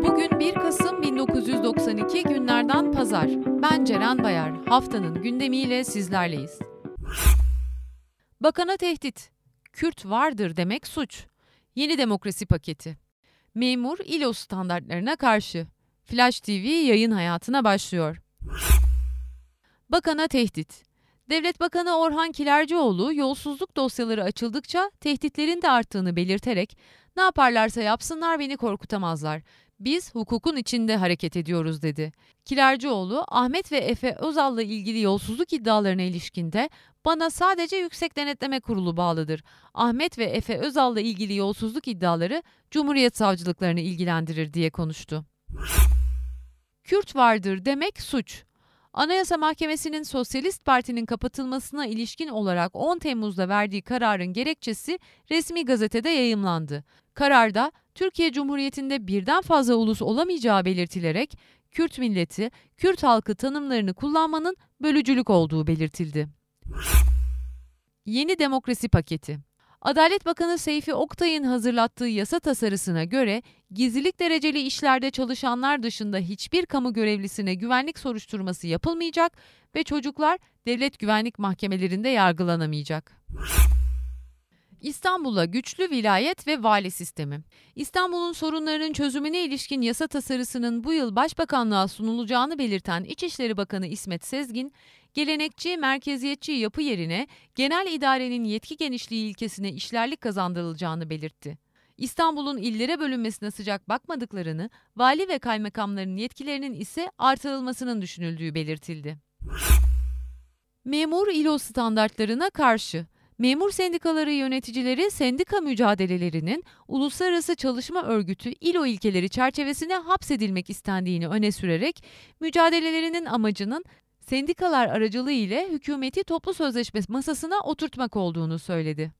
Bugün 1 Kasım 1992 günlerden Pazar. Ben Ceren Bayar. Haftanın gündemiyle sizlerleyiz. Bakana tehdit. Kürt vardır demek suç. Yeni demokrasi paketi. Memur İLO standartlarına karşı. Flash TV yayın hayatına başlıyor. Bakana tehdit. Devlet Bakanı Orhan Kilercioğlu yolsuzluk dosyaları açıldıkça tehditlerin de arttığını belirterek "Ne yaparlarsa yapsınlar beni korkutamazlar. Biz hukukun içinde hareket ediyoruz" dedi. Kilercioğlu, Ahmet ve Efe Özal'la ilgili yolsuzluk iddialarına ilişkinde "Bana sadece Yüksek Denetleme Kurulu bağlıdır. Ahmet ve Efe Özal'la ilgili yolsuzluk iddiaları Cumhuriyet savcılıklarını ilgilendirir" diye konuştu. Kürt vardır demek suç. Anayasa Mahkemesi'nin Sosyalist Parti'nin kapatılmasına ilişkin olarak 10 Temmuz'da verdiği kararın gerekçesi resmi gazetede yayımlandı. Kararda Türkiye Cumhuriyeti'nde birden fazla ulus olamayacağı belirtilerek Kürt milleti, Kürt halkı tanımlarını kullanmanın bölücülük olduğu belirtildi. Yeni demokrasi paketi. Adalet Bakanı Seyfi Oktay'ın hazırlattığı yasa tasarısına göre gizlilik dereceli işlerde çalışanlar dışında hiçbir kamu görevlisine güvenlik soruşturması yapılmayacak ve çocuklar devlet güvenlik mahkemelerinde yargılanamayacak. İstanbul'a güçlü vilayet ve vali sistemi. İstanbul'un sorunlarının çözümüne ilişkin yasa tasarısının bu yıl Başbakanlığa sunulacağını belirten İçişleri Bakanı İsmet Sezgin, gelenekçi, merkeziyetçi yapı yerine genel idarenin yetki genişliği ilkesine işlerlik kazandırılacağını belirtti. İstanbul'un illere bölünmesine sıcak bakmadıklarını, vali ve kaymakamların yetkilerinin ise artırılmasının düşünüldüğü belirtildi. Memur İLO standartlarına karşı. Memur sendikaları yöneticileri sendika mücadelelerinin Uluslararası Çalışma Örgütü İLO ilkeleri çerçevesine hapsedilmek istendiğini öne sürerek mücadelelerinin amacının sendikalar aracılığı ile hükümeti toplu sözleşme masasına oturtmak olduğunu söyledi.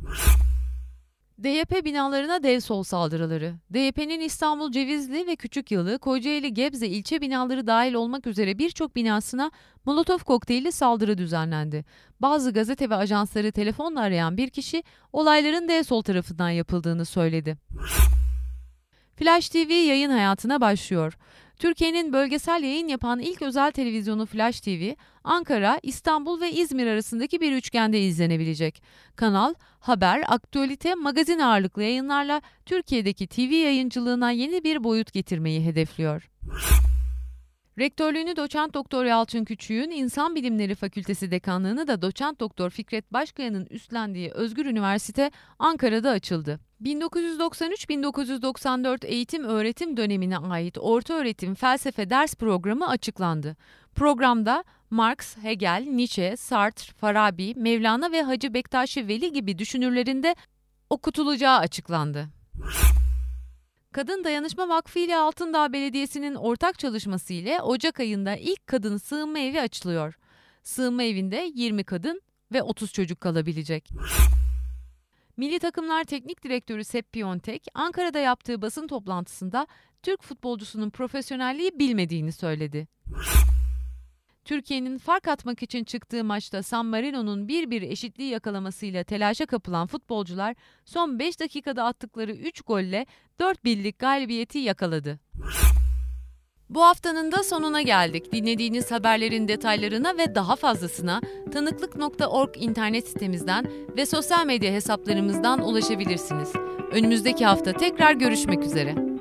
DYP binalarına dev sol saldırıları. DYP'nin İstanbul Cevizli ve Küçükyalı, Kocaeli, Gebze ilçe binaları dahil olmak üzere birçok binasına Molotov kokteylli saldırı düzenlendi. Bazı gazete ve ajansları telefonla arayan bir kişi olayların dev sol tarafından yapıldığını söyledi. Flash TV yayın hayatına başlıyor. Türkiye'nin bölgesel yayın yapan ilk özel televizyonu Flash TV, Ankara, İstanbul ve İzmir arasındaki bir üçgende izlenebilecek. Kanal, haber, aktüelite, magazin ağırlıklı yayınlarla Türkiye'deki TV yayıncılığına yeni bir boyut getirmeyi hedefliyor. Rektörlüğünü Doçent Doktor Yalçın Küçük'ün, İnsan Bilimleri Fakültesi dekanlığını da Doçent Doktor Fikret Başkaya'nın üstlendiği Özgür Üniversite Ankara'da açıldı. 1993-1994 eğitim-öğretim dönemine ait ortaöğretim felsefe ders programı açıklandı. Programda Marx, Hegel, Nietzsche, Sartre, Farabi, Mevlana ve Hacı Bektaş Veli gibi düşünürlerin de okutulacağı açıklandı. Kadın Dayanışma Vakfı ile Altındağ Belediyesi'nin ortak çalışması ile Ocak ayında ilk kadın sığınma evi açılıyor. Sığınma evinde 20 kadın ve 30 çocuk kalabilecek. Milli Takımlar Teknik Direktörü Sepp Piontek, Ankara'da yaptığı basın toplantısında Türk futbolcusunun profesyonelliği bilmediğini söyledi. Türkiye'nin fark atmak için çıktığı maçta San Marino'nun 1-1 eşitliği yakalamasıyla telaşa kapılan futbolcular son 5 dakikada attıkları 3 golle 4-1'lik galibiyeti yakaladı. Bu haftanın da sonuna geldik. Dinlediğiniz haberlerin detaylarına ve daha fazlasına tanıklık.org internet sitemizden ve sosyal medya hesaplarımızdan ulaşabilirsiniz. Önümüzdeki hafta tekrar görüşmek üzere.